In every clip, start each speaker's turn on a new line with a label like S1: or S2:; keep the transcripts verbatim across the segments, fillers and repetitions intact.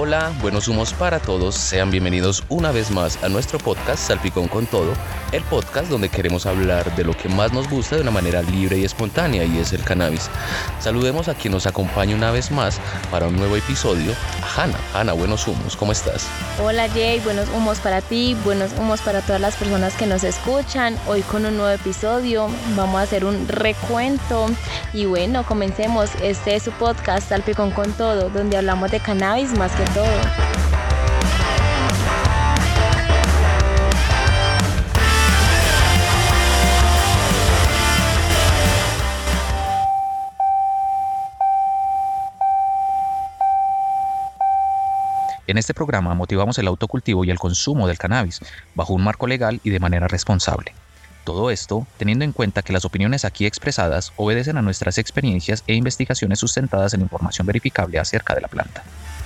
S1: Hola, buenos humos para todos, sean bienvenidos una vez más a nuestro podcast Salpicón con Todo, el podcast donde queremos hablar de lo que más nos gusta de una manera libre y espontánea, y es el cannabis. Saludemos a quien nos acompaña una vez más para un nuevo episodio, a Hanna. Hanna, buenos humos, ¿cómo estás?
S2: Hola Jay, buenos humos para ti, buenos humos para todas las personas que nos escuchan. Hoy con un nuevo episodio, vamos a hacer un recuento y bueno, comencemos. Este es su podcast Salpicón con Todo, donde hablamos de cannabis más que todo.
S3: En este programa motivamos el autocultivo y el consumo del cannabis bajo un marco legal y de manera responsable. Todo esto teniendo en cuenta que las opiniones aquí expresadas obedecen a nuestras experiencias e investigaciones sustentadas en información verificable acerca de la planta.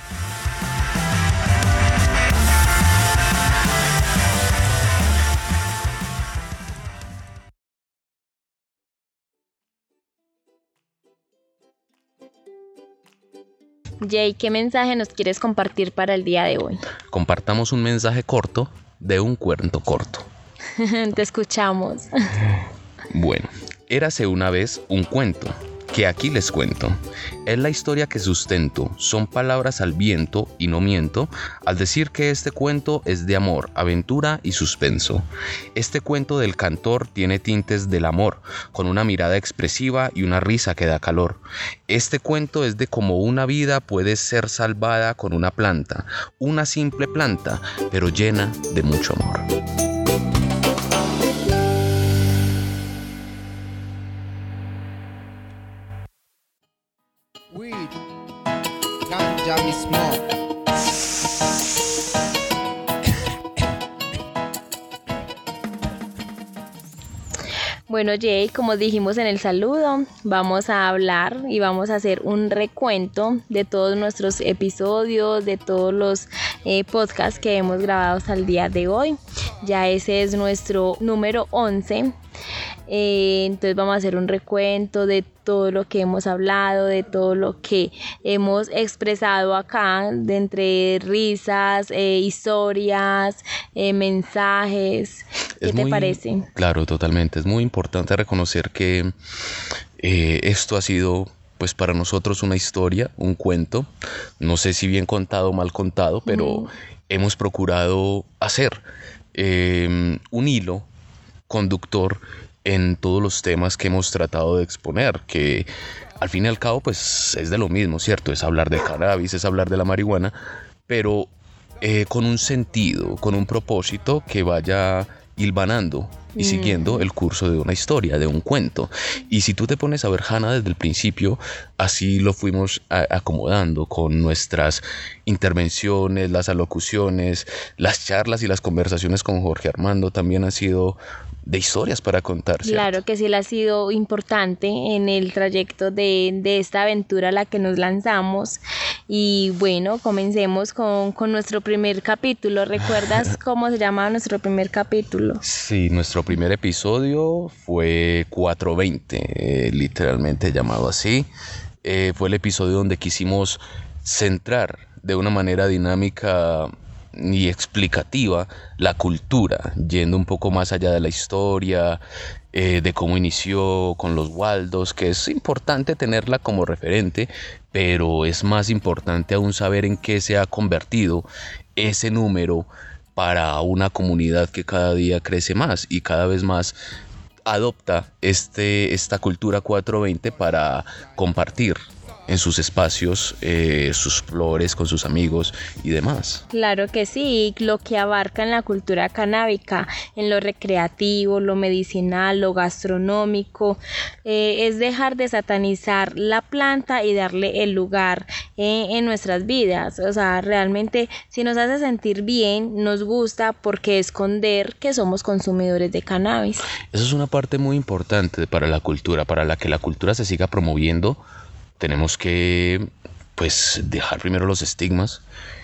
S2: Jay, ¿qué mensaje nos quieres compartir para el día de hoy?
S1: Compartamos un mensaje corto de un cuento corto.
S2: Te escuchamos.
S1: Bueno, érase una vez un cuento, que aquí les cuento. Es la historia que sustento, son palabras al viento y no miento al decir que este cuento es de amor, aventura y suspenso. Este cuento del cantor tiene tintes del amor, con una mirada expresiva y una risa que da calor. Este cuento es de cómo una vida puede ser salvada con una planta, una simple planta, pero llena de mucho amor.
S4: Weed, ganja me smoke.
S2: Bueno Jay, como dijimos en el saludo, vamos a hablar y vamos a hacer un recuento de todos nuestros episodios, de todos los eh, podcasts que hemos grabado hasta el día de hoy. Ya ese es nuestro número once. Eh, entonces vamos a hacer un recuento de todo lo que hemos hablado, de todo lo que hemos expresado acá, de entre risas, eh, historias, eh, mensajes. ¿Qué
S1: Es
S2: te
S1: muy,
S2: parece?
S1: Claro, totalmente. Es muy importante reconocer que eh, esto ha sido, pues, para nosotros una historia, un cuento. No sé si bien contado o mal contado, pero mm. hemos procurado hacer eh, un hilo conductor en todos los temas que hemos tratado de exponer, que al fin y al cabo pues es de lo mismo, ¿cierto? Es hablar del cannabis, es hablar de la marihuana, pero eh, con un sentido, con un propósito que vaya hilvanando y siguiendo el curso de una historia, de un cuento. Y si tú te pones a ver, Hanna, desde el principio, así lo fuimos a- acomodando con nuestras intervenciones, las alocuciones, las charlas y las conversaciones con Jorge Armando también han sido de historias para contar, ¿cierto?
S2: Claro que sí, él ha sido importante en el trayecto de, de esta aventura a la que nos lanzamos. Y bueno, comencemos con, con nuestro primer capítulo. ¿Recuerdas cómo se llamaba nuestro primer capítulo?
S1: Sí, nuestro primer episodio fue cuatrocientos veinte, eh, literalmente llamado así. Eh, fue el episodio donde quisimos centrar de una manera dinámica y explicativa la cultura, yendo un poco más allá de la historia, eh, de cómo inició con los Waldos, que es importante tenerla como referente, pero es más importante aún saber en qué se ha convertido ese número para una comunidad que cada día crece más y cada vez más adopta este, esta cultura cuatrocientos veinte para compartir en sus espacios, eh, sus flores con sus amigos y demás.
S2: Claro que sí, lo que abarca en la cultura canábica, en lo recreativo, lo medicinal, lo gastronómico, eh, es dejar de satanizar la planta y darle el lugar eh, en nuestras vidas. O sea, realmente si nos hace sentir bien, nos gusta, porque esconder que somos consumidores de cannabis.
S1: Eso es una parte muy importante para la cultura, para la que la cultura se siga promoviendo. Tenemos que, pues, dejar primero los estigmas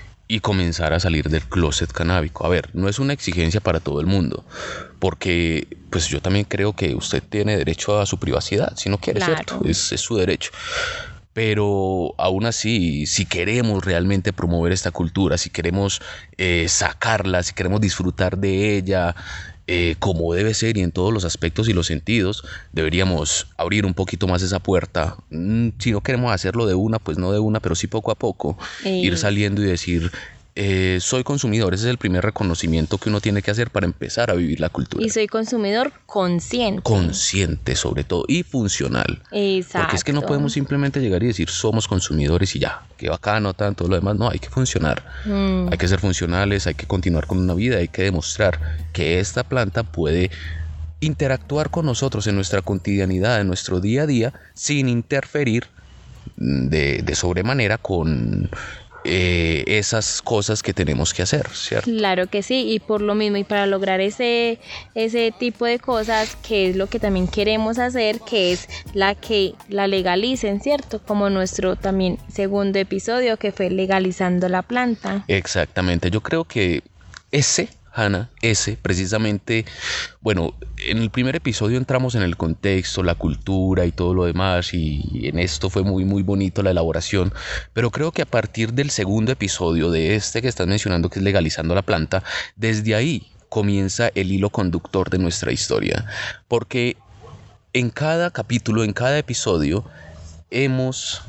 S1: y comenzar a salir del closet canábico. A ver, no es una exigencia para todo el mundo, porque pues yo también creo que usted tiene derecho a su privacidad, si no quiere,
S2: Claro.
S1: ¿cierto? Es, es su derecho. Pero aún así, si queremos realmente promover esta cultura, si queremos eh, sacarla, si queremos disfrutar de ella, eh, como debe ser y en todos los aspectos y los sentidos, deberíamos abrir un poquito más esa puerta. Mm, si no queremos hacerlo de una, pues no de una, pero sí poco a poco,
S2: Eh,
S1: ir saliendo y decir, eh, soy consumidor. Ese es el primer reconocimiento que uno tiene que hacer para empezar a vivir la cultura.
S2: Y soy consumidor consciente.
S1: Consciente sobre todo y funcional.
S2: Exacto.
S1: Porque es que no podemos simplemente llegar y decir somos consumidores y ya, que bacano, tanto lo demás. No, hay que funcionar.
S2: Mm.
S1: Hay que ser funcionales, hay que continuar con una vida, hay que demostrar que esta planta puede interactuar con nosotros en nuestra cotidianidad, en nuestro día a día, sin interferir de, de sobremanera con eh, esas cosas que tenemos que hacer, ¿cierto?
S2: Claro que sí, y por lo mismo, y para lograr ese, ese tipo de cosas, que es lo que también queremos hacer, que es la que la legalicen, ¿cierto? Como nuestro también segundo episodio, que fue legalizando la planta.
S1: Exactamente, yo creo que ese, Hanna, ese precisamente, bueno, en el primer episodio entramos en el contexto, la cultura y todo lo demás, y en esto fue muy muy bonito la elaboración, pero creo que a partir del segundo episodio de este que estás mencionando, que es legalizando la planta, desde ahí comienza el hilo conductor de nuestra historia, porque en cada capítulo, en cada episodio, hemos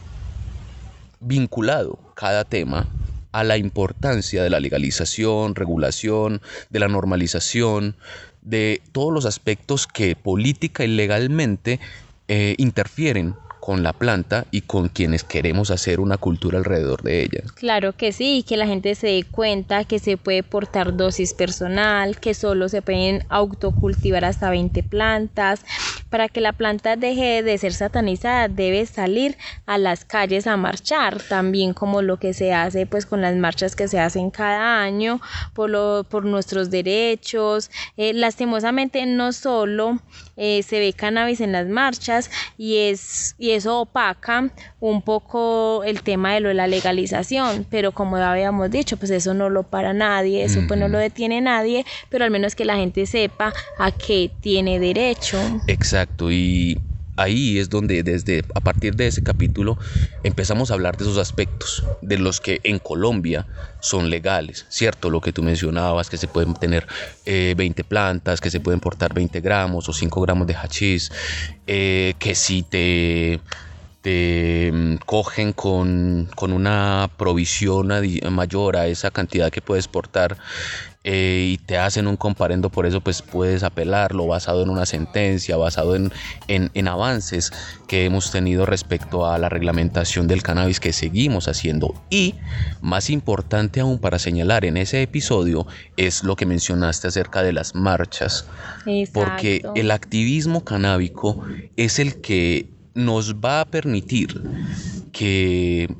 S1: vinculado cada tema a la importancia de la legalización, regulación, de la normalización, de todos los aspectos que política y legalmente eh, interfieren con la planta y con quienes queremos hacer una cultura alrededor de ella.
S2: Claro que sí, que la gente se dé cuenta que se puede portar dosis personal, que solo se pueden autocultivar hasta veinte plantas. Para que la planta deje de ser satanizada, debe salir a las calles a marchar, también como lo que se hace pues con las marchas que se hacen cada año por, lo, por nuestros derechos. Eh, lastimosamente no solo eh, se ve cannabis en las marchas y, es, y eso opaca un poco el tema de lo de la legalización, pero como ya habíamos dicho, pues eso no lo para nadie, eso pues no lo detiene nadie, pero al menos que la gente sepa a qué tiene derecho.
S1: Exacto, y ahí es donde desde a partir de ese capítulo empezamos a hablar de esos aspectos, de los que en Colombia son legales, ¿cierto? Lo que tú mencionabas, que se pueden tener eh, veinte plantas, que se pueden portar veinte gramos o cinco gramos de hachís, eh, que si te... te cogen con, con una provisión mayor a esa cantidad que puedes portar eh, y te hacen un comparendo por eso, pues puedes apelarlo basado en una sentencia, basado en, en, en avances que hemos tenido respecto a la reglamentación del cannabis que seguimos haciendo. Y más importante aún para señalar en ese episodio es lo que mencionaste acerca de las marchas.
S2: Exacto.
S1: Porque el activismo canábico es el que nos va a permitir que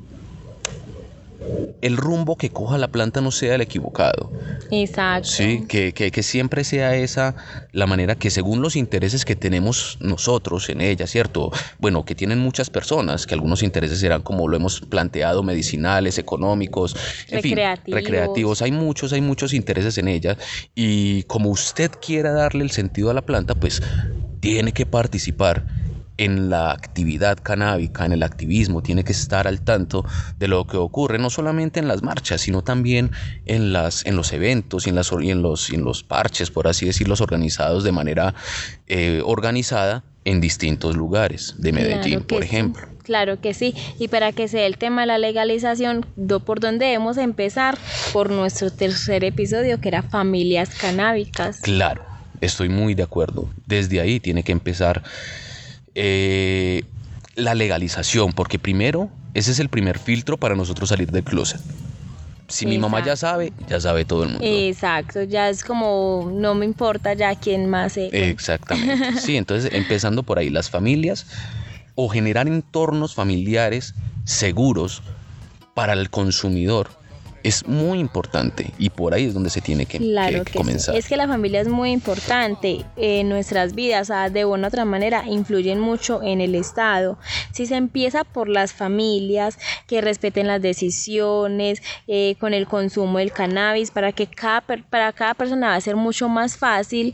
S1: el rumbo que coja la planta no sea el equivocado.
S2: Exacto.
S1: Sí, que, que, que siempre sea esa la manera que según los intereses que tenemos nosotros en ella, ¿cierto? Bueno, que tienen muchas personas, que algunos intereses serán como lo hemos planteado, medicinales, económicos, en
S2: recreativos.
S1: fin, recreativos. Hay muchos, hay muchos intereses en ella y como usted quiera darle el sentido a la planta, pues tiene que participar en la actividad canábica, en el activismo, tiene que estar al tanto de lo que ocurre, no solamente en las marchas, sino también en, las, en los eventos y en, las, y en, los, y en los parches, por así decirlo, organizados de manera eh, organizada en distintos lugares de Medellín,
S2: Claro que
S1: por
S2: sí.
S1: ejemplo.
S2: Claro que sí, y para que sea el tema de la legalización, do- ¿por dónde debemos empezar? Por nuestro tercer episodio, que era familias canábicas.
S1: Claro, estoy muy de acuerdo. Desde ahí tiene que empezar Eh, la legalización, porque primero ese es el primer filtro para nosotros salir del closet. Si mi mamá ya sabe, ya sabe todo el mundo.
S2: Exacto, ya es como, no me importa ya quién más se...
S1: Exactamente, sí, entonces empezando por ahí, las familias o generar entornos familiares seguros para el consumidor es muy importante y por ahí es donde se tiene que,
S2: Claro
S1: que,
S2: que
S1: que comenzar.
S2: sí. Es que la familia es muy importante en nuestras vidas, o sea, de una u otra manera influyen mucho en el estado. Si se empieza por las familias que respeten las decisiones eh, con el consumo del cannabis, para que cada per- para cada persona va a ser mucho más fácil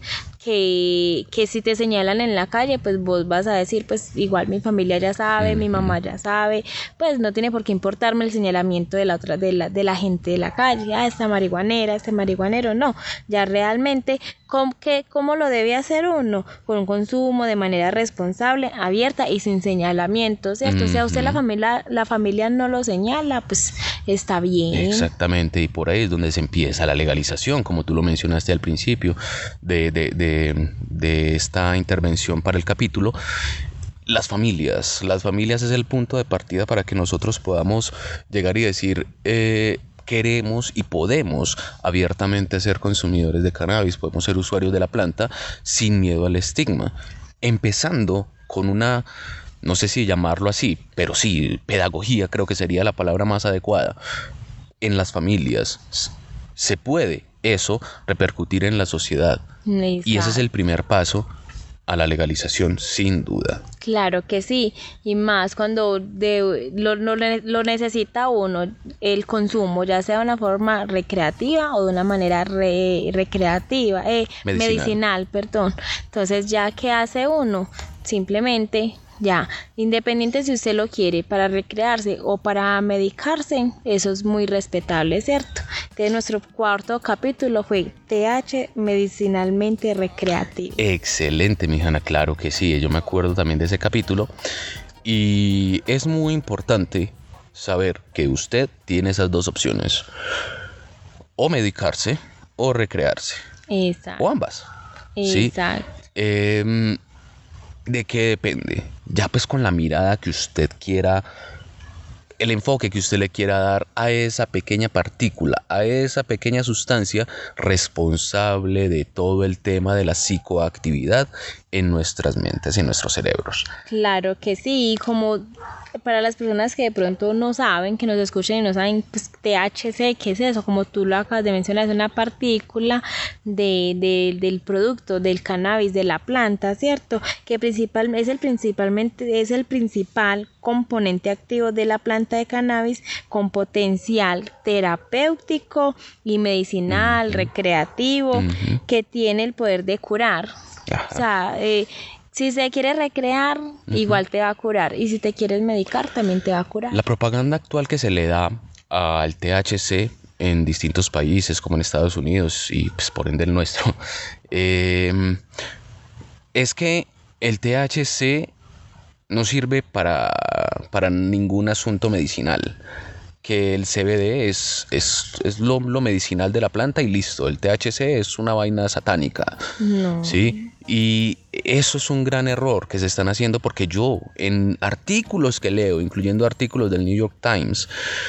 S2: que, que si te señalan en la calle, pues vos vas a decir, pues igual mi familia ya sabe, uh-huh. mi mamá ya sabe, pues no tiene por qué importarme el señalamiento de la otra, de la, de la gente de la calle, ah, esta marihuanera, este marihuanero, no, ya realmente, ¿cómo, qué, cómo lo debe hacer uno? Con un consumo de manera responsable, abierta y sin señalamiento, ¿cierto? Uh-huh. Si a usted la familia, la familia no lo señala, pues está bien.
S1: Exactamente, y por ahí es donde se empieza la legalización, como tú lo mencionaste al principio de, de, de De, de esta intervención para el capítulo. Las familias, las familias es el punto de partida para que nosotros podamos llegar y decir eh, queremos y podemos abiertamente ser consumidores de cannabis, podemos ser usuarios de la planta sin miedo al estigma, empezando con una, no sé si llamarlo así, pero sí, pedagogía creo que sería la palabra más adecuada. En las familias se puede eso repercutir en la sociedad. Exacto. Y ese es el primer paso a la legalización, sin duda.
S2: Claro que sí, y más cuando de, lo, lo, lo necesita uno, el consumo, ya sea de una forma recreativa o de una manera re, recreativa, eh, medicinal. medicinal, perdón. Entonces, ¿ya qué hace uno? Simplemente... Ya, independiente si usted lo quiere para recrearse o para medicarse, eso es muy respetable, ¿cierto? Entonces nuestro cuarto capítulo fue T H medicinalmente recreativo.
S1: Excelente, mi Hanna, claro que sí, yo me acuerdo también de ese capítulo y es muy importante saber que usted tiene esas dos opciones, o medicarse o recrearse.
S2: Exacto.
S1: O ambas.
S2: Exacto.
S1: ¿Sí? Eh, ¿De qué depende? Ya pues con la mirada que usted quiera, el enfoque que usted le quiera dar a esa pequeña partícula, a esa pequeña sustancia responsable de todo el tema de la psicoactividad en nuestras mentes, en nuestros cerebros.
S2: Claro que sí, como para las personas que de pronto no saben, que nos escuchen y no saben, pues T H C, ¿qué es eso? Como tú lo acabas de mencionar, es una partícula de, de, del producto, del cannabis, de la planta, ¿cierto? Que principal, es, el principalmente, es el principal componente activo de la planta de cannabis con potencial terapéutico y medicinal, uh-huh. recreativo, uh-huh. que tiene el poder de curar. Ajá. O sea, eh, si se quiere recrear, uh-huh. igual te va a curar. Y si te quieres medicar, también te va a curar.
S1: La propaganda actual que se le da al T H C en distintos países, como en Estados Unidos y pues, por ende el nuestro, eh, es que el T H C no sirve para, para ningún asunto medicinal. Que el C B D es, es, es lo, lo medicinal de la planta y listo. El T H C es una vaina satánica.
S2: No.
S1: ¿Sí? Y eso es un gran error que se están haciendo porque yo, en artículos que leo, incluyendo artículos del New York Times,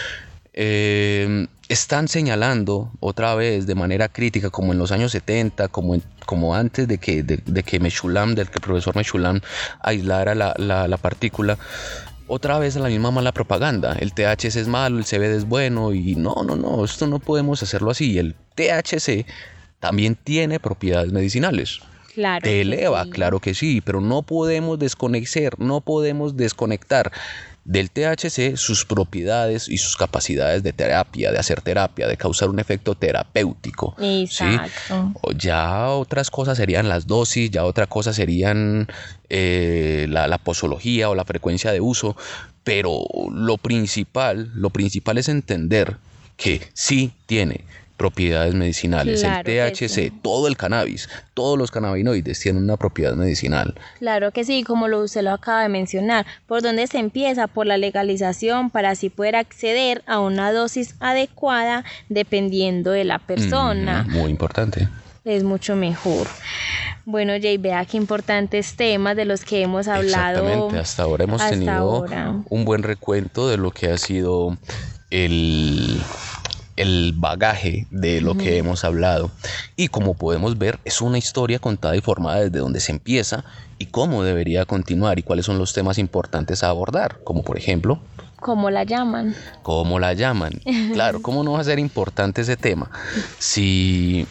S1: eh, están señalando otra vez de manera crítica, como en los años setenta, como, en, como antes de que, de, de que Meshulam, del que el profesor Meshulam aislara la, la, la partícula. Otra vez la misma mala propaganda, el T H C es malo, el C B D es bueno y no, no, no, esto no podemos hacerlo así. El T H C también tiene propiedades medicinales.
S2: Claro.
S1: Te eleva,
S2: sí.
S1: claro que sí, pero no podemos desconectar, no podemos desconectar del T H C sus propiedades y sus capacidades de terapia, de hacer terapia, de causar un efecto terapéutico.
S2: Exacto.
S1: ¿Sí? O ya otras cosas serían las dosis, ya otra cosa serían eh, la, la posología o la frecuencia de uso, pero lo principal, lo principal es entender que sí tiene propiedades medicinales.
S2: Claro,
S1: el T H C, sí. Todo el cannabis, todos los cannabinoides tienen una propiedad medicinal.
S2: Claro que sí, como lo, usted lo acaba de mencionar. ¿Por dónde se empieza? Por la legalización, para así poder acceder a una dosis adecuada dependiendo de la persona.
S1: Mm, muy importante.
S2: Es mucho mejor. Bueno, Jay, vea qué importantes temas de los que hemos hablado.
S1: Exactamente, hasta ahora hemos
S2: hasta
S1: tenido
S2: ahora.
S1: un buen recuento de lo que ha sido el... el bagaje de lo uh-huh. que hemos hablado. Y como podemos ver, es una historia contada y formada desde donde se empieza y cómo debería continuar y cuáles son los temas importantes a abordar, como por ejemplo...
S2: ¿Cómo la llaman?
S1: ¿Cómo la llaman? Claro, ¿cómo no va a ser importante ese tema? Si...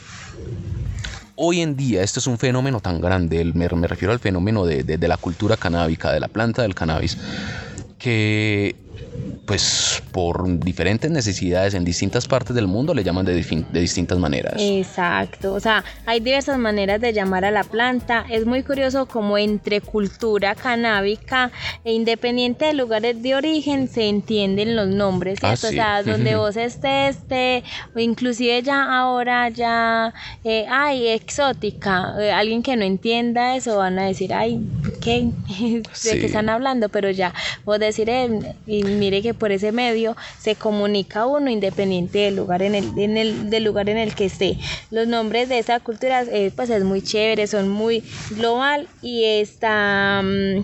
S1: Hoy en día este es un fenómeno tan grande, me, me refiero al fenómeno de, de, de la cultura canábica, de la planta del cannabis, que pues por diferentes necesidades en distintas partes del mundo le llaman de, dif- de distintas maneras.
S2: Exacto, o sea, hay diversas maneras de llamar a la planta. Es muy curioso como entre cultura canábica e independiente de lugares de origen se entienden los nombres, ¿cierto?
S1: Ah, sí.
S2: O sea, donde vos estés, este, o inclusive ya ahora ya, eh, ay, exótica, eh, alguien que no entienda eso van a decir, ay, ¿qué? ¿De
S1: Sí.
S2: qué están hablando? Pero ya, vos decir, eh, y mire que por ese medio se comunica uno independiente del lugar en el, en el, del lugar en el que esté. Los nombres de esa cultura eh, pues es muy chévere, son muy global y está um,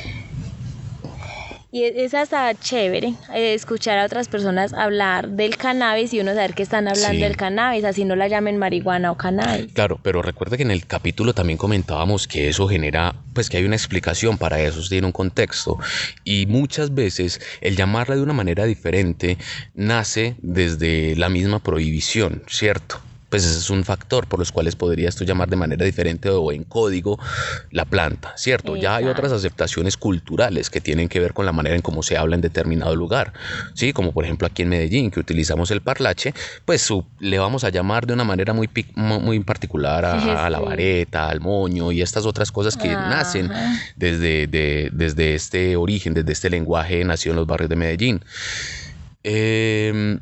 S2: y es hasta chévere eh, escuchar a otras personas hablar del cannabis y uno saber que están hablando
S1: Sí.
S2: del cannabis, así no la llamen marihuana o cannabis.
S1: Claro, pero recuerda que en el capítulo también comentábamos que eso genera, pues que hay una explicación para eso, tiene un contexto. Y muchas veces el llamarla de una manera diferente nace desde la misma prohibición, ¿cierto? Pues ese es un factor por los cuales podrías tú llamar de manera diferente o en código la planta, ¿cierto? Ya hay otras aceptaciones culturales que tienen que ver con la manera en cómo se habla en determinado lugar, ¿sí? Como por ejemplo aquí en Medellín, que utilizamos el parlache, pues su, le vamos a llamar de una manera muy, pic- mu- muy particular a, a la
S2: Sí.
S1: vareta, al moño y estas otras cosas que
S2: Ajá.
S1: nacen desde, de- desde este origen, desde este lenguaje nacido en los barrios de Medellín. Eh,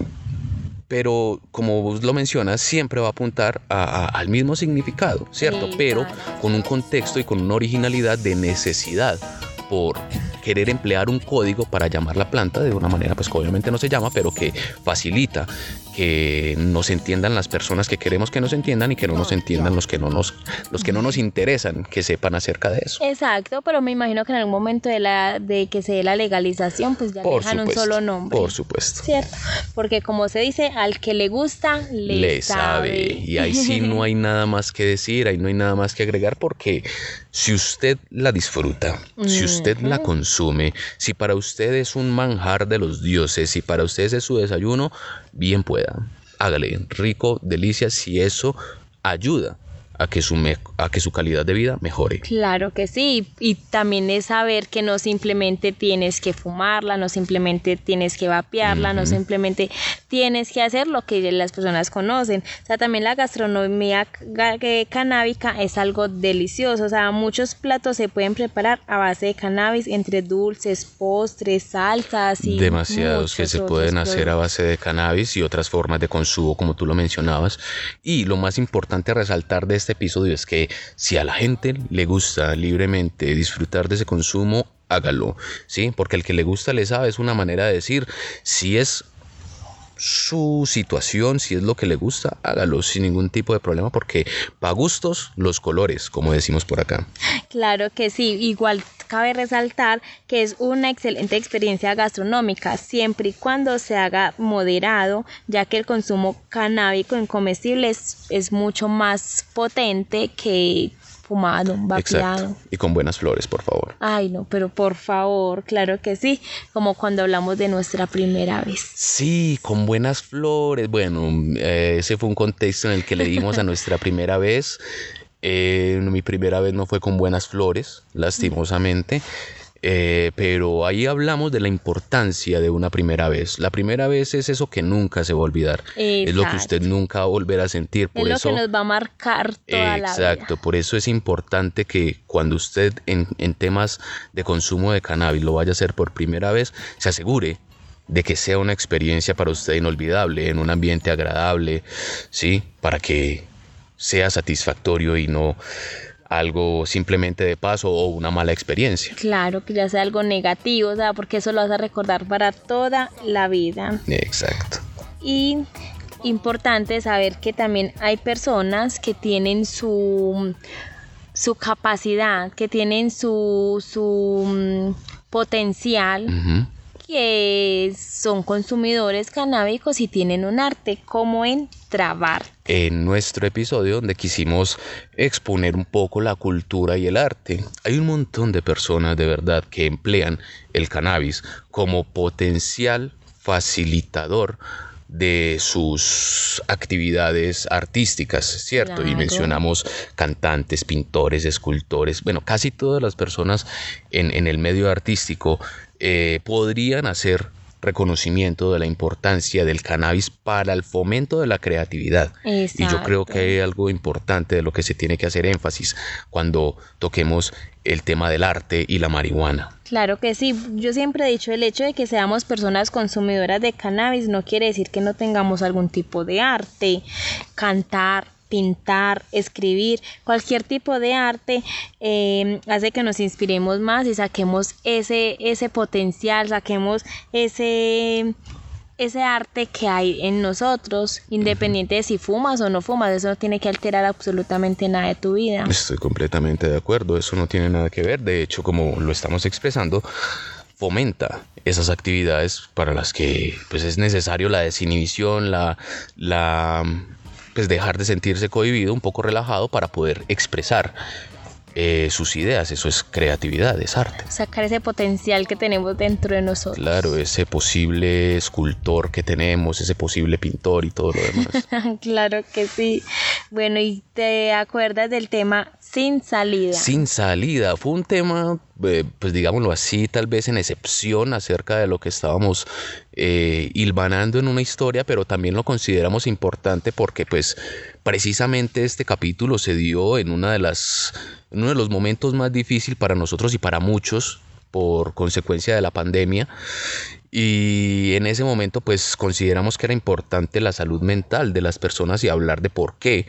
S1: pero como vos lo mencionas, siempre va a apuntar a- a- al mismo significado, ¿cierto?
S2: Sí,
S1: Pero
S2: claro.
S1: con un contexto y con una originalidad de necesidad por querer emplear un código para llamar la planta de una manera pues que obviamente no se llama, pero que facilita que nos entiendan las personas que queremos que nos entiendan y que no nos entiendan los que no nos, los que no nos interesan que sepan acerca de eso.
S2: Exacto, pero me imagino que en algún momento de la de que se dé la legalización, pues ya le
S1: Por
S2: dejan un
S1: supuesto,
S2: solo nombre.
S1: por supuesto.
S2: Cierto, porque como se dice, al que le gusta, le,
S1: Le sabe. Y ahí sí no hay nada más que decir, ahí no hay nada más que agregar, porque si usted la disfruta, si usted la consume, si para usted es un manjar de los dioses, si para usted es su desayuno, bien pueda. Hágale rico, delicia, si eso ayuda a que su, me- a que su calidad de vida mejore.
S2: Claro que sí, y también es saber que no simplemente tienes que fumarla, no simplemente tienes que vapearla, no simplemente tienes que hacer lo que las personas conocen. O sea, también la gastronomía ga- eh, canábica es algo delicioso. O sea, muchos platos se pueden preparar a base de cannabis, entre dulces, postres, salsas y
S1: Demasiados que
S2: muchos
S1: se
S2: otros
S1: pueden hacer a
S2: productos.
S1: base de cannabis y otras formas de consumo, como tú lo mencionabas. Y lo más importante a resaltar de este episodio es que si a la gente le gusta libremente disfrutar de ese consumo, hágalo, ¿sí? Porque el que le gusta le sabe, es una manera de decir, si es su situación, si es lo que le gusta, hágalo sin ningún tipo de problema, porque pa' gustos los colores, como decimos por acá.
S2: Claro que sí, igual cabe resaltar que es una excelente experiencia gastronómica siempre y cuando se haga moderado, ya que el consumo canábico en comestibles es mucho más potente que fumado, vapeado.
S1: Exacto. Y con buenas flores, por favor.
S2: Ay, no, pero por favor, claro que sí, como cuando hablamos de nuestra primera vez.
S1: Sí, con buenas flores. Bueno, eh, ese fue un contexto en el que le dimos a nuestra primera vez. Eh, mi primera vez no fue con buenas flores, lastimosamente. Eh, pero ahí hablamos de la importancia de una primera vez. La primera vez es eso que nunca se va a olvidar. Es lo que
S2: Exacto.
S1: usted nunca va a volver a sentir. Por
S2: Es lo
S1: eso,
S2: que nos va a marcar toda la vida.
S1: exacto, por eso es importante que cuando usted en, en temas de consumo de cannabis lo vaya a hacer por primera vez, se asegure de que sea una experiencia para usted inolvidable, en un ambiente agradable, ¿sí? Para que sea satisfactorio y no algo simplemente de paso o una mala experiencia.
S2: Claro, que ya sea algo negativo, o sea, porque eso lo vas a recordar para toda la vida.
S1: Exacto.
S2: Y importante saber que también hay personas que tienen su, su capacidad, que tienen su, su mm, potencial,
S1: Ujú.
S2: que son consumidores canábicos y tienen un arte, como en trabar.
S1: En nuestro episodio donde quisimos exponer un poco la cultura y el arte. Hay un montón de personas de verdad que emplean el cannabis como potencial facilitador de sus actividades artísticas, ¿cierto? Y
S2: Claro.
S1: mencionamos cantantes, pintores, escultores, bueno, casi todas las personas en, en el medio artístico eh, podrían hacer reconocimiento de la importancia del cannabis para el fomento de la creatividad.
S2: Exacto.
S1: Y yo creo que hay algo importante de lo que se tiene que hacer énfasis cuando toquemos el tema del arte y la marihuana.
S2: Claro que sí, yo siempre he dicho, el hecho de que seamos personas consumidoras de cannabis no quiere decir que no tengamos algún tipo de arte. Cantar, pintar, escribir, cualquier tipo de arte eh, hace que nos inspiremos más y saquemos ese, ese potencial, saquemos ese... ese arte que hay en nosotros, independiente de si fumas o no fumas, eso no tiene que alterar absolutamente nada de tu vida.
S1: Estoy completamente de acuerdo, eso no tiene nada que ver, de hecho, como lo estamos expresando, fomenta esas actividades para las que pues es necesario la desinhibición, la, la pues dejar de sentirse cohibido, un poco relajado para poder expresar Eh, sus ideas. Eso es creatividad, es arte.
S2: Sacar ese potencial que tenemos dentro de nosotros.
S1: Claro, ese posible escultor que tenemos, ese posible pintor y todo lo demás.
S2: Claro que sí. Bueno, ¿y te acuerdas del tema Sin Salida?
S1: Sin Salida, fue un tema, eh, pues digámoslo así, tal vez en excepción acerca de lo que estábamos eh, hilvanando en una historia, pero también lo consideramos importante porque pues precisamente este capítulo se dio en una de las en uno de los momentos más difíciles para nosotros y para muchos por consecuencia de la pandemia, y en ese momento pues consideramos que era importante la salud mental de las personas y hablar de por qué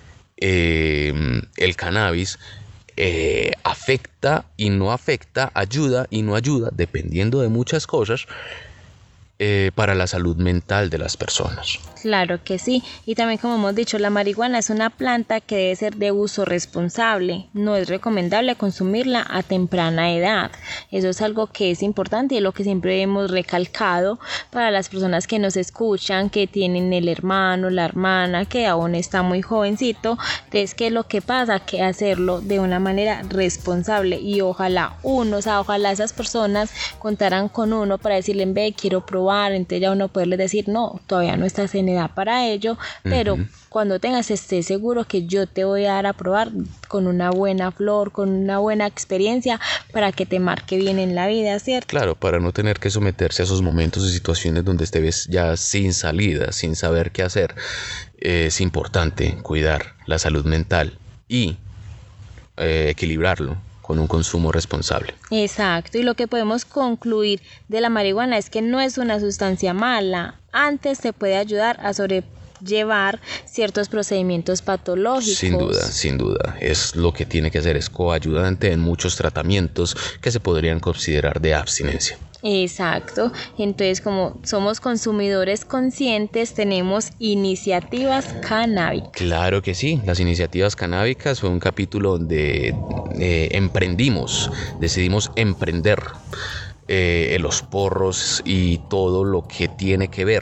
S1: eh, el cannabis eh, afecta y no afecta, ayuda y no ayuda, dependiendo de muchas cosas, eh, para la salud mental de las personas.
S2: Claro que sí, y también como hemos dicho, la marihuana es una planta que debe ser de uso responsable, no es recomendable consumirla a temprana edad, eso es algo que es importante y lo que siempre hemos recalcado para las personas que nos escuchan, que tienen el hermano, la hermana, que aún está muy jovencito, es que lo que pasa que hacerlo de una manera responsable, y ojalá uno, o sea, ojalá esas personas contaran con uno para decirle, ve, quiero probar, entonces ya uno poderles decir, no, todavía no estás en edad para ello, pero uh-huh. Cuando tengas, estés seguro que yo te voy a dar a probar con una buena flor, con una buena experiencia para que te marque bien en la vida, ¿cierto?
S1: Claro, para no tener que someterse a esos momentos y situaciones donde estés ya sin salida, sin saber qué hacer. Es importante cuidar la salud mental y eh, equilibrarlo con un consumo responsable.
S2: Exacto, y lo que podemos concluir de la marihuana es que no es una sustancia mala, antes te puede ayudar a sobrellevar ciertos procedimientos patológicos.
S1: Sin duda, sin duda, es lo que tiene que hacer, es coayudante en muchos tratamientos que se podrían considerar de abstinencia.
S2: Exacto, entonces como somos consumidores conscientes tenemos iniciativas canábicas.
S1: Claro que sí, las iniciativas canábicas fue un capítulo donde eh, emprendimos, decidimos emprender eh, los porros y todo lo que tiene que ver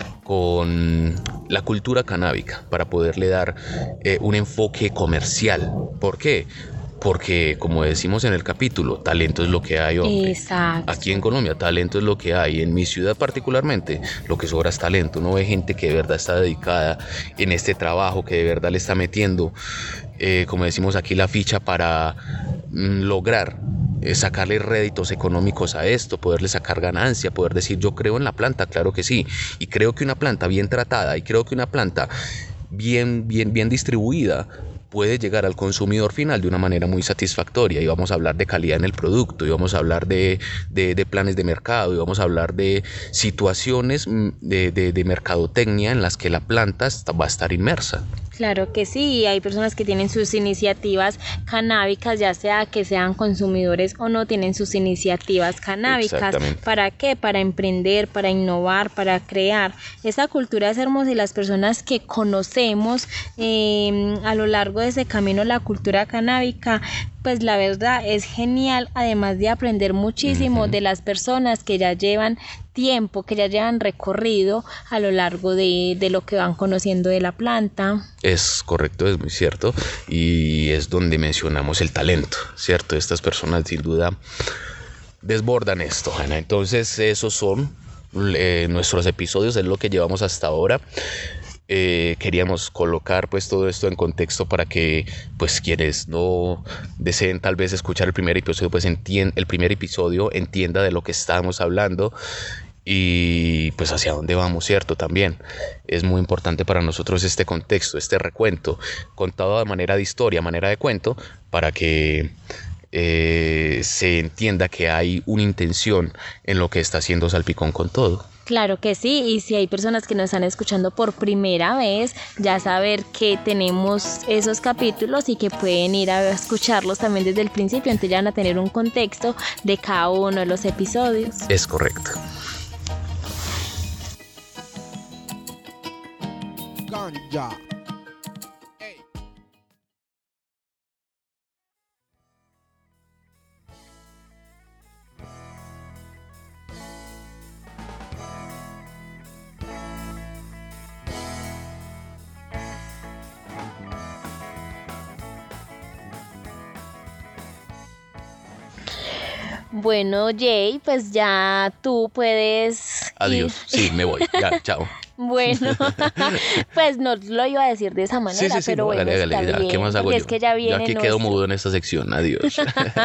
S1: con la cultura canábica para poderle dar eh, un enfoque comercial. ¿Por qué? Porque, como decimos en el capítulo, talento es lo que hay, hombre.
S2: Exacto.
S1: Aquí en Colombia, talento es lo que hay. En mi ciudad particularmente, lo que sobra es talento. Uno ve gente que de verdad está dedicada en este trabajo, que de verdad le está metiendo, eh, como decimos aquí, la ficha para mm, lograr eh, sacarle réditos económicos a esto, poderle sacar ganancia, poder decir, yo creo en la planta, claro que sí. Y creo que una planta bien tratada, y creo que una planta bien, bien, bien distribuida, puede llegar al consumidor final de una manera muy satisfactoria, y vamos a hablar de calidad en el producto, y vamos a hablar de, de, de planes de mercado, y vamos a hablar de situaciones de, de, de mercadotecnia en las que la planta está, va a estar inmersa.
S2: Claro que sí, hay personas que tienen sus iniciativas canábicas, ya sea que sean consumidores o no, tienen sus iniciativas canábicas. ¿Para qué? Para emprender, para innovar, para crear. Esa cultura es hermosa, y las personas que conocemos eh, a lo largo de ese camino la cultura canábica, pues la verdad es genial, además de aprender muchísimo uh-huh. de las personas que ya llevan tiempo, que ya llevan recorrido a lo largo de, de lo que van conociendo de la planta.
S1: Es correcto, es muy cierto, y es donde mencionamos el talento, ¿cierto? Estas personas sin duda desbordan esto, Ana. Entonces esos son eh, nuestros episodios, es lo que llevamos hasta ahora. Eh, queríamos colocar pues todo esto en contexto para que pues quienes no deseen tal vez escuchar el primer episodio pues entien- el primer episodio entienda de lo que estamos hablando, y pues hacia dónde vamos, ¿cierto? También es muy importante para nosotros este contexto, este recuento, contado de manera de historia, manera de cuento, para que eh, se entienda que hay una intención en lo que está haciendo Salpicón con todo.
S2: Claro que sí, y si hay personas que nos están escuchando por primera vez, ya saber que tenemos esos capítulos y que pueden ir a escucharlos también desde el principio, entonces ya van a tener un contexto de cada uno de los episodios.
S1: Es correcto.
S4: Ganja. Hey.
S2: Bueno, Jay, pues ya tú puedes ir.
S1: Adiós. Sí, me voy. Ya, chao.
S2: Bueno, pues no lo iba a decir de esa manera,
S1: Sí, sí, sí,
S2: pero
S1: no,
S2: bueno,
S1: hágale,
S2: está
S1: hágale, ya,
S2: bien,
S1: ¿qué más hago
S2: porque
S1: yo?
S2: es que ya viene
S1: Ya que quedo
S2: nuestro-
S1: mudo en esta sección, adiós.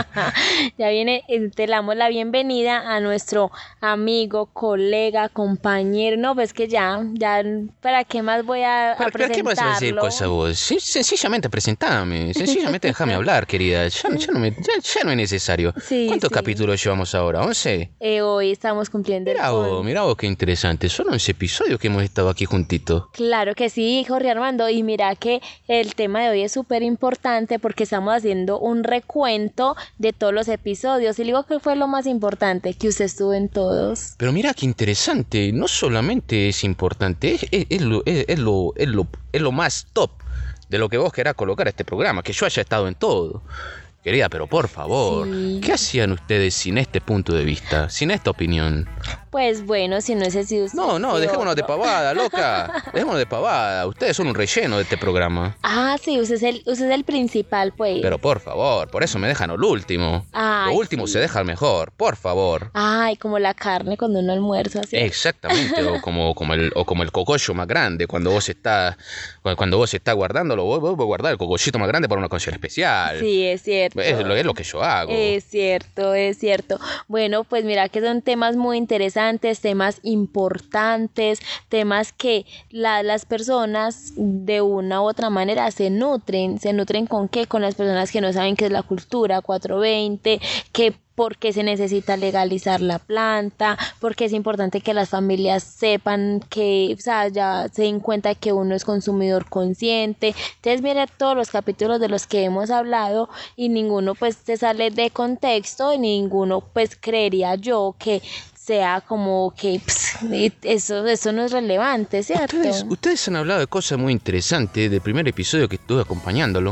S2: Ya viene, eh, te damos la bienvenida a nuestro amigo, colega, compañero. No, pues que ya, ya, ¿para qué más voy a, a
S1: ¿Para, ¿para qué vas a decir
S2: presentarlo?
S1: cosas vos? Sí, sencillamente presentame, sencillamente déjame hablar, querida. Ya, ya no me- ya- ya no es necesario.
S2: Sí,
S1: ¿Cuántos
S2: sí.
S1: capítulos llevamos ahora? ¿once?
S2: Eh, hoy estamos cumpliendo el
S1: Mira vos,
S2: on-
S1: mira vos qué interesante. Son once episodios que hemos estado aquí juntitos.
S2: Claro que sí, Jorge Armando, y mira que el tema de hoy es súper importante porque estamos haciendo un recuento de todos los episodios y le digo que fue lo más importante, que usted estuvo en todos.
S1: Pero mira qué interesante. No solamente es importante, es, es- es lo, es- es lo- es lo- es lo más top de lo que vos querás colocar a este programa, que yo haya estado en todo. Querida, pero por favor,
S2: Sí.
S1: ¿qué hacían ustedes sin este punto de vista, sin esta opinión?
S2: Pues bueno, si no es así usted.
S1: No, no,
S2: sí,
S1: dejémonos de
S2: otro.
S1: pavada, loca. Dejémonos de pavada. Ustedes son un relleno de este programa.
S2: Ah, sí, usted es el, usted es el principal, pues.
S1: Pero por favor, por eso me dejan lo último.
S2: Ay,
S1: Lo último
S2: sí.
S1: se deja al mejor, por favor.
S2: Ay, como la carne cuando uno almuerza, ¿sí?
S1: Exactamente, o como, como el, o como el cogollo más grande, cuando vos estás, cuando vos estás guardándolo, vos, vos, vos guardás el cogollito más grande para una ocasión especial.
S2: Sí, es cierto.
S1: Es lo, es lo que yo hago.
S2: Es cierto, es cierto. Bueno, pues mira que son temas muy interesantes, temas importantes, temas que la- las personas de una u otra manera se nutren. ¿Se nutren con qué? Con las personas que no saben qué es la cultura cuatrocientos veinte, que por qué se necesita legalizar la planta, porque es importante que las familias sepan que, o sea, ya se den cuenta que uno es consumidor consciente. Entonces, mira todos los capítulos de los que hemos hablado y ninguno pues te sale de contexto y ninguno pues creería yo que sea como que ps, eso, eso no es relevante, ¿cierto?
S1: Ustedes, ustedes han hablado de cosas muy interesantes del primer episodio que estuve acompañándolo.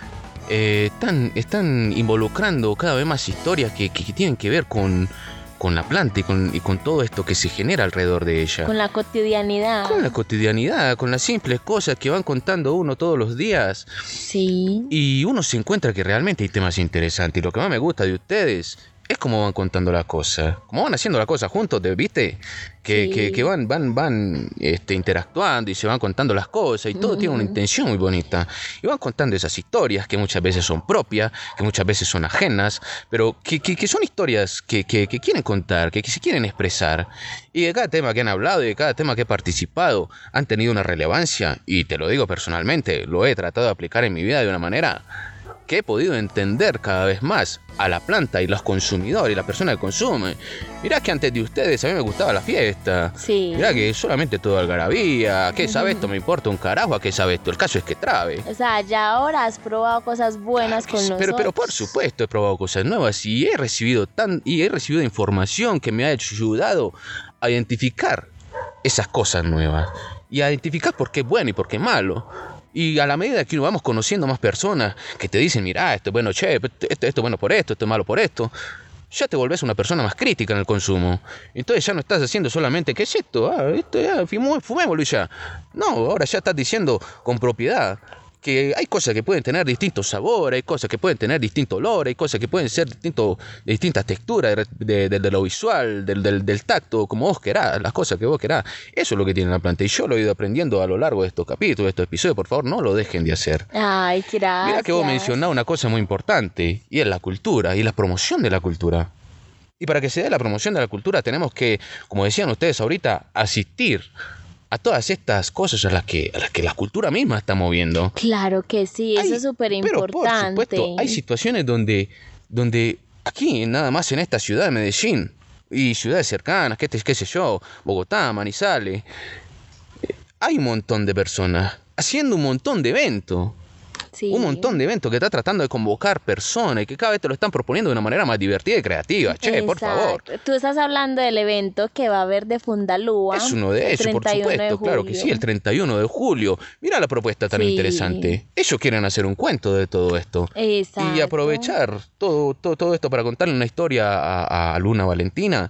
S1: Eh, están, están involucrando cada vez más historias que, que- que tienen que ver con, con la planta y con, y con todo esto que se genera alrededor de ella.
S2: Con la cotidianidad.
S1: Con la cotidianidad, con las simples cosas que van contando uno todos los días.
S2: Sí.
S1: Y uno se encuentra que realmente hay temas interesantes. Y lo que más me gusta de ustedes es cómo van contando las cosas. Cómo van haciendo las cosas juntos, ¿te- ¿viste? Que,
S2: Sí.
S1: que, que van, van, van este, interactuando y se van contando las cosas. Y todo tiene una intención muy bonita. Y van contando esas historias que muchas veces son propias, que muchas veces son ajenas, pero que, que, que son historias que, que, que quieren contar, que, que se quieren expresar. Y de cada tema que han hablado y de cada tema que he participado han tenido una relevancia. Y te lo digo personalmente, lo he tratado de aplicar en mi vida de una manera que he podido entender cada vez más a la planta y los consumidores y la persona que consume. Mirá que antes de ustedes a mí me gustaba la fiesta.
S2: Sí.
S1: Mirá que solamente todo algarabía. ¿Qué sabe esto? Me importa un carajo a qué sabe esto. El caso es que trabe.
S2: O sea, ya ahora has probado cosas buenas con nosotros.
S1: Pero, pero por supuesto he probado cosas nuevas y he recibido tan y he recibido información que me ha ayudado a identificar esas cosas nuevas y a identificar por qué es bueno y por qué es malo. Y a la medida que vamos conociendo más personas que te dicen, mira, esto es bueno, che, esto, esto es bueno por esto, esto es malo por esto, ya te volvés una persona más crítica en el consumo. Entonces ya no estás haciendo solamente, ¿qué es esto? Ah, esto ya, fumé- fumémoslo y ya. No, ahora ya estás diciendo con propiedad que hay cosas que pueden tener distintos sabores, hay cosas que pueden tener distinto olor, hay cosas que pueden ser distinto, de distintas texturas, de, de- de- de lo visual, del, del- del tacto, como vos querás, las cosas que vos querás. Eso es lo que tiene la planta y yo lo he ido aprendiendo a lo largo de estos capítulos, de estos episodios. Por favor, no lo dejen de hacer.
S2: Ay, gracias.
S1: Mira que vos mencionás una cosa muy importante y es la cultura y la promoción de la cultura. Y para que se dé la promoción de la cultura tenemos que, como decían ustedes ahorita, asistir a todas estas cosas a las que, a las que la cultura misma está moviendo.
S2: Claro que sí, eso
S1: Hay-
S2: es súper
S1: Pero por
S2: importante.
S1: supuesto, hay situaciones donde, donde aquí, nada más en esta ciudad de Medellín, y ciudades cercanas, qué, te- qué sé yo, Bogotá, Manizales, eh, hay un montón de personas haciendo un montón de eventos.
S2: Sí.
S1: Un montón de eventos que está tratando de convocar personas y que cada vez te lo están proponiendo de una manera más divertida y creativa. Che, por favor.
S2: Exacto. Tú estás hablando del evento que va a haber de Fundalúa.
S1: Es uno de
S2: el
S1: ellos, por
S2: treinta y uno de
S1: supuesto, claro que sí, el treinta y uno de julio. Mira la propuesta tan
S2: Sí.
S1: interesante. Ellos quieren hacer un cuento de todo esto.
S2: Exacto.
S1: Y aprovechar todo, todo, todo esto para contarle una historia a, a Luna Valentina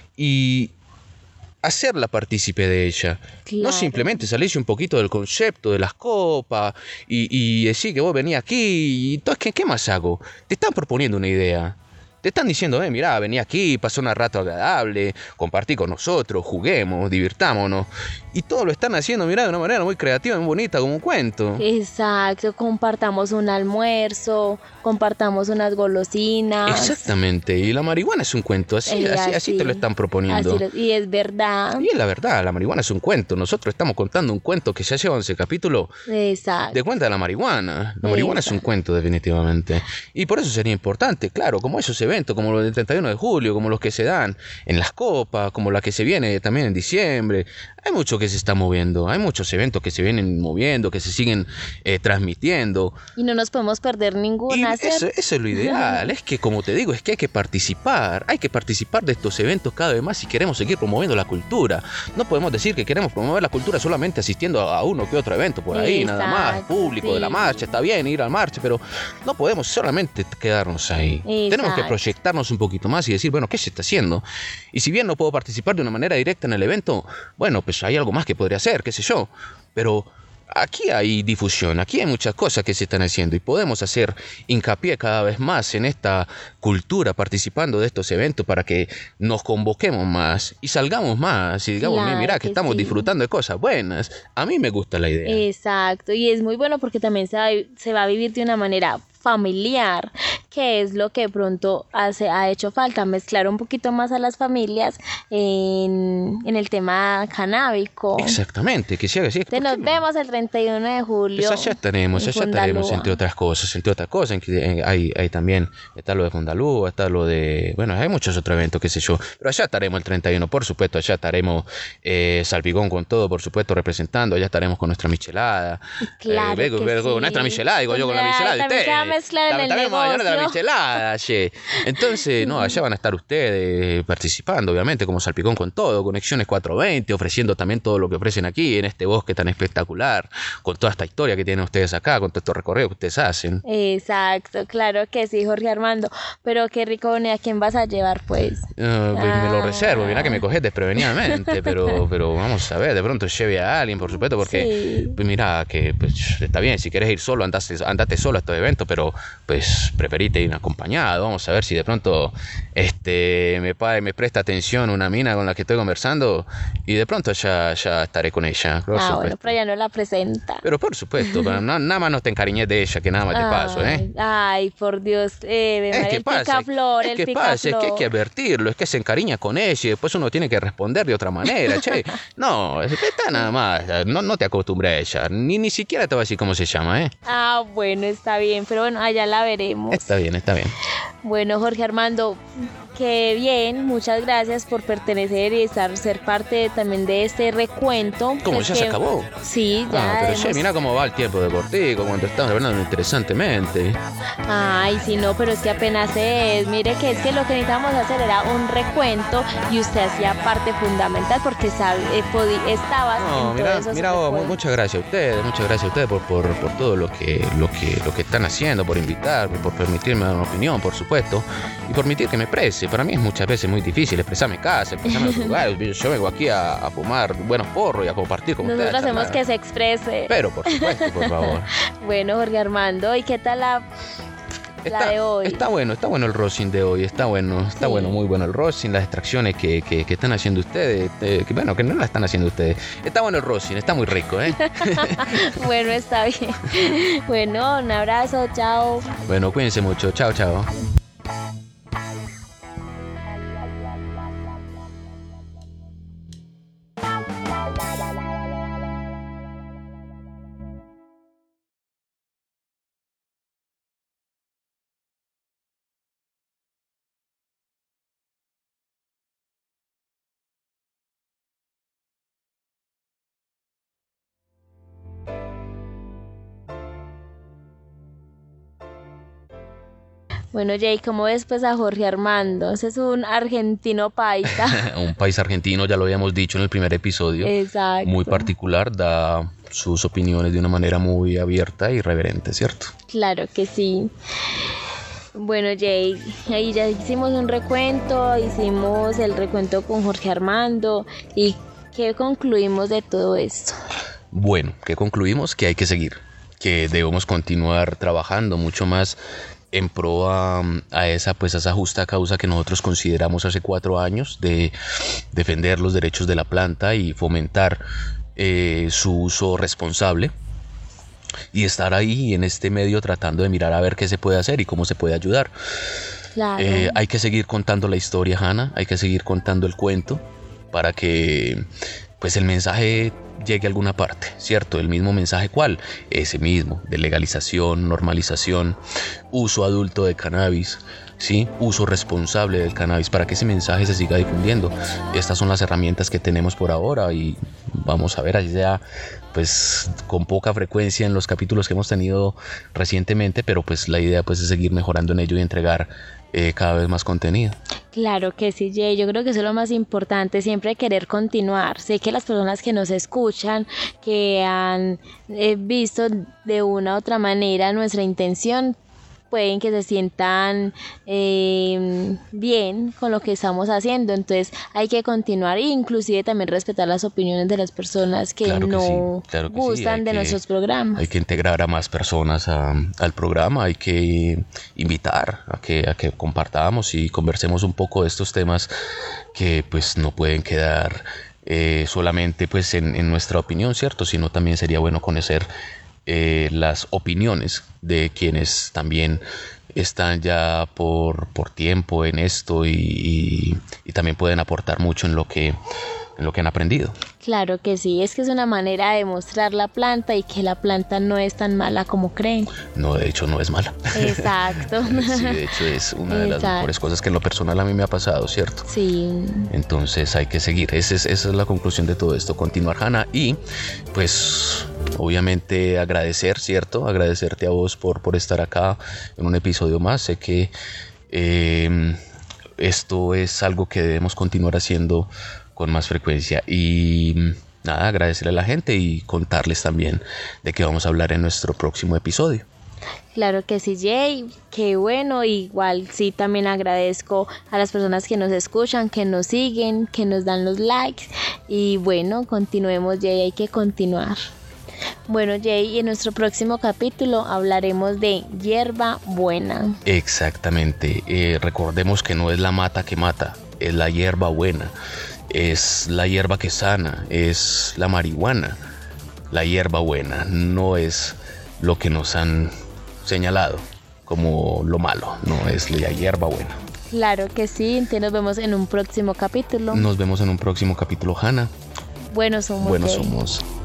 S1: y hacerla partícipe de ella.
S2: Claro.
S1: No simplemente salirse un poquito del concepto de las copas y, y decir que vos venís aquí y todo, ¿qué, ¿qué más hago? Te están proponiendo una idea. Te están diciendo, eh, mirá, vení aquí, pasá un rato agradable, compartí con nosotros, juguemos, divirtámonos. Y todo lo están haciendo, mirá, de una manera muy creativa, muy bonita, como un cuento.
S2: Exacto, compartamos un almuerzo, compartamos unas golosinas.
S1: Exactamente, y la marihuana es un cuento, así,
S2: Eh,
S1: así, así te lo están proponiendo.
S2: así lo- y es verdad.
S1: Y es la verdad, la marihuana es un cuento. Nosotros estamos contando un cuento que ya lleva once capítulos
S2: Exacto.
S1: de cuenta de la marihuana. La marihuana es un
S2: Exacto.
S1: cuento, definitivamente. Y por eso sería importante, claro, como esos eventos, como los del treinta y uno de julio, como los que se dan en las copas, como la que se viene también en diciembre. Hay mucho que se está moviendo, hay muchos eventos que se vienen moviendo, que se siguen eh, transmitiendo.
S2: Y no nos podemos perder
S1: Y
S2: ninguna.
S1: eso,
S2: ¿cierto?
S1: eso es lo ideal, es que como te digo, es que hay que participar, hay que participar de estos eventos cada vez más si queremos seguir promoviendo la cultura. No podemos decir que queremos promover la cultura solamente asistiendo a uno que otro evento por ahí, nada más,
S2: Exacto,
S1: público de la
S2: sí.
S1: marcha, está bien ir a la marcha, pero no podemos solamente quedarnos ahí. Tenemos que
S2: Exacto.
S1: proyectarnos un poquito más y decir, bueno, ¿qué se está haciendo? Y si bien no puedo participar de una manera directa en el evento, bueno, pues hay algo más que podría hacer, qué sé yo, pero aquí hay difusión, aquí hay muchas cosas que se están haciendo y podemos hacer hincapié cada vez más en esta cultura participando de estos eventos para que nos convoquemos más y salgamos más y digamos,
S2: Claro
S1: mira que
S2: que
S1: estamos
S2: sí.
S1: disfrutando de cosas buenas. A mí me gusta la idea.
S2: Exacto, y es muy bueno porque también se va, a vi- se va a vivir de una manera familiar, que es lo que de pronto hace, ha hecho falta, mezclar un poquito más a las familias en, en el tema canábico.
S1: Exactamente, que sea así.
S2: Te nos vemos el treinta y uno de julio.
S1: Pues allá estaremos,
S2: en
S1: allá estaremos,
S2: Fundalúa.
S1: entre otras cosas, entre otras cosas, en que, en- hay, hay también, está lo de Fundalúa, está lo de, bueno, hay muchos otros eventos, qué sé yo, pero allá estaremos el treinta y uno, por supuesto, allá estaremos eh, Salpicón con todo, por supuesto, representando, allá estaremos con nuestra michelada,
S2: Claro
S1: eh,
S2: que
S1: con
S2: sí.
S1: nuestra michelada, digo yo, con la
S2: Ay,
S1: michelada de
S2: también
S1: ustedes.
S2: se va a mezclar en
S1: También-
S2: el
S1: también vamos a hablar de la
S2: negocio.
S1: michelada, che. Entonces, no, allá van a estar ustedes participando, obviamente, como Salpicón con todo, Conexiones cuatrocientos veinte, ofreciendo también todo lo que ofrecen aquí, en este bosque tan espectacular, con toda esta historia que tienen ustedes acá, con todo este recorrido que ustedes hacen.
S2: Exacto, claro que sí, Jorge Armando. Pero qué rico, Bonnie, ¿a quién vas a llevar, pues?
S1: Ah, pues me lo
S2: Ah.
S1: reservo, mira que me coges desprevenidamente, pero, pero vamos a ver, de pronto lleve a alguien, por supuesto, porque
S2: Sí.
S1: pues mira que pues, está bien, si quieres ir solo, andate, andate solo a estos eventos, pero pues preferite ir acompañado. Vamos a ver si de pronto este me, pa- me presta atención una mina con la que estoy conversando y de pronto ya, ya estaré con ella. Por
S2: Ah, bueno,
S1: supuesto.
S2: pero ya no la presenta.
S1: Pero por supuesto, pero na- nada más no te encariñes de ella, que nada más te paso, ¿eh?
S2: Ay, ay, por Dios, eh,
S1: Es que
S2: el
S1: pasa,
S2: picaflor,
S1: es
S2: el
S1: que pasa, es que hay
S2: picaflor.
S1: que advertirlo, es que se encariña con ella y después uno tiene que responder de otra manera, che. No, es- está nada más, no, no te acostumbres a ella, ni, ni siquiera te voy a decir cómo se llama, ¿eh?
S2: Ah, bueno, está bien, pero bueno, allá la veremos.
S1: Está bien, está bien.
S2: Bueno, Jorge Armando, qué bien, muchas gracias por pertenecer y estar, ser parte también de este recuento.
S1: ¿Cómo?
S2: Pues
S1: ¿Ya
S2: que-
S1: se acabó?
S2: Sí, ya.
S1: Ah, pero che,
S2: hemos-
S1: mira cómo va el tiempo deportivo, cuando estamos hablando interesantemente.
S2: Ay, sí, no, pero es que apenas es. Mire que es que lo que necesitábamos hacer era un recuento y usted hacía parte fundamental porque sabe, eh, podi- estabas
S1: No,
S2: en
S1: mira,
S2: todos esos
S1: mira vos, mu-
S2: recuentos.
S1: muchas gracias a ustedes, muchas gracias a ustedes por, por, por todo lo que, lo, que, lo que están haciendo, por invitarme, por permitirme dar una opinión, por supuesto, y permitir que me exprese. Para mí es muchas veces muy difícil expresarme en casa, expresarme en otros lugares. Yo, yo vengo aquí a, a fumar buenos porros y a compartir con ustedes.
S2: Nosotros
S1: a
S2: hacemos
S1: charlar.
S2: que se exprese.
S1: Pero por supuesto, por favor.
S2: Bueno, Jorge Armando, ¿y qué tal la, la
S1: Está,
S2: de hoy?
S1: está bueno, está bueno el rosin de hoy, está bueno, está
S2: Sí.
S1: bueno, muy bueno el rosin, las extracciones que, que, que están haciendo ustedes, eh, que bueno, que no las están haciendo ustedes. Está bueno el rosin, está muy rico, ¿eh?
S2: Bueno, está bien. Bueno, un abrazo, chao.
S1: Bueno, cuídense mucho, chao, chao.
S2: Bueno, Jay, ¿cómo ves pues a Jorge Armando? Ese es un argentino paisa.
S1: Un país argentino, ya lo habíamos dicho en el primer episodio.
S2: Exacto.
S1: Muy particular, da sus opiniones de una manera muy abierta y irreverente, ¿cierto?
S2: Claro que sí. Bueno, Jay, ahí ya hicimos un recuento, hicimos el recuento con Jorge Armando. ¿Y qué concluimos de todo esto?
S1: Bueno, ¿qué concluimos? Que hay que seguir, que debemos continuar trabajando mucho más en pro a, a esa pues a esa justa causa que nosotros consideramos hace cuatro años de defender los derechos de la planta y fomentar eh, su uso responsable, y estar ahí en este medio tratando de mirar a ver qué se puede hacer y cómo se puede ayudar.
S2: Claro.
S1: Eh, hay que seguir contando la historia, Hanna, hay que seguir contando el cuento para que pues el mensaje llegue a alguna parte, ¿cierto? El mismo mensaje, ¿cuál? Ese mismo, de legalización, normalización, uso adulto de cannabis, ¿sí? Uso responsable del cannabis, para que ese mensaje se siga difundiendo. Estas son las herramientas que tenemos por ahora y vamos a ver, así sea pues con poca frecuencia en los capítulos que hemos tenido recientemente, pero pues la idea pues es seguir mejorando en ello y entregar eh, cada vez más contenido.
S2: Claro que sí, Jay, yo creo que eso es lo más importante, siempre querer continuar. Sé que las personas que nos escuchan, que han eh, visto de una u otra manera nuestra intención, pueden que se sientan eh, bien con lo que estamos haciendo, entonces hay que continuar e inclusive también respetar las opiniones de las personas que
S1: Claro que
S2: no
S1: sí, claro que
S2: gustan
S1: sí,
S2: de
S1: que,
S2: nuestros programas.
S1: Hay que integrar a más personas a, al programa, hay que invitar a que, a que compartamos y conversemos un poco de estos temas que pues no pueden quedar eh, solamente pues en, en nuestra opinión, ¿cierto? Sino también sería bueno conocer Eh, las opiniones de quienes también están ya por, por tiempo en esto y, y, y también pueden aportar mucho en lo que, en lo que han aprendido.
S2: Claro que sí, es que es una manera de mostrar la planta y que la planta no es tan mala como creen.
S1: No, de hecho no es mala.
S2: Exacto.
S1: Sí, de hecho es una de las
S2: Exacto.
S1: mejores cosas que en lo personal a mí me ha pasado, ¿cierto?
S2: Sí.
S1: Entonces hay que seguir, esa es, esa es la conclusión de todo esto, continuar, Hanna, y pues obviamente agradecer, ¿cierto? Agradecerte a vos por, por estar acá en un episodio más. Sé que eh, esto es algo que debemos continuar haciendo con más frecuencia y nada, agradecerle a la gente y contarles también de qué vamos a hablar en nuestro próximo episodio.
S2: Claro que sí, Jay, qué bueno, igual sí también agradezco a las personas que nos escuchan, que nos siguen, que nos dan los likes y bueno, continuemos, Jay, hay que continuar. Bueno, Jay, en nuestro próximo capítulo hablaremos de hierba buena.
S1: Exactamente, eh, recordemos que no es la mata que mata, es la hierba buena, es la hierba que sana, es la marihuana. La hierba buena no es lo que nos han señalado como lo malo, no, es la hierba buena.
S2: Claro que sí, entonces nos vemos en un próximo capítulo.
S1: Nos vemos en un próximo capítulo, Hanna.
S2: Buenos somos.
S1: Buenos
S2: Jay.
S1: somos.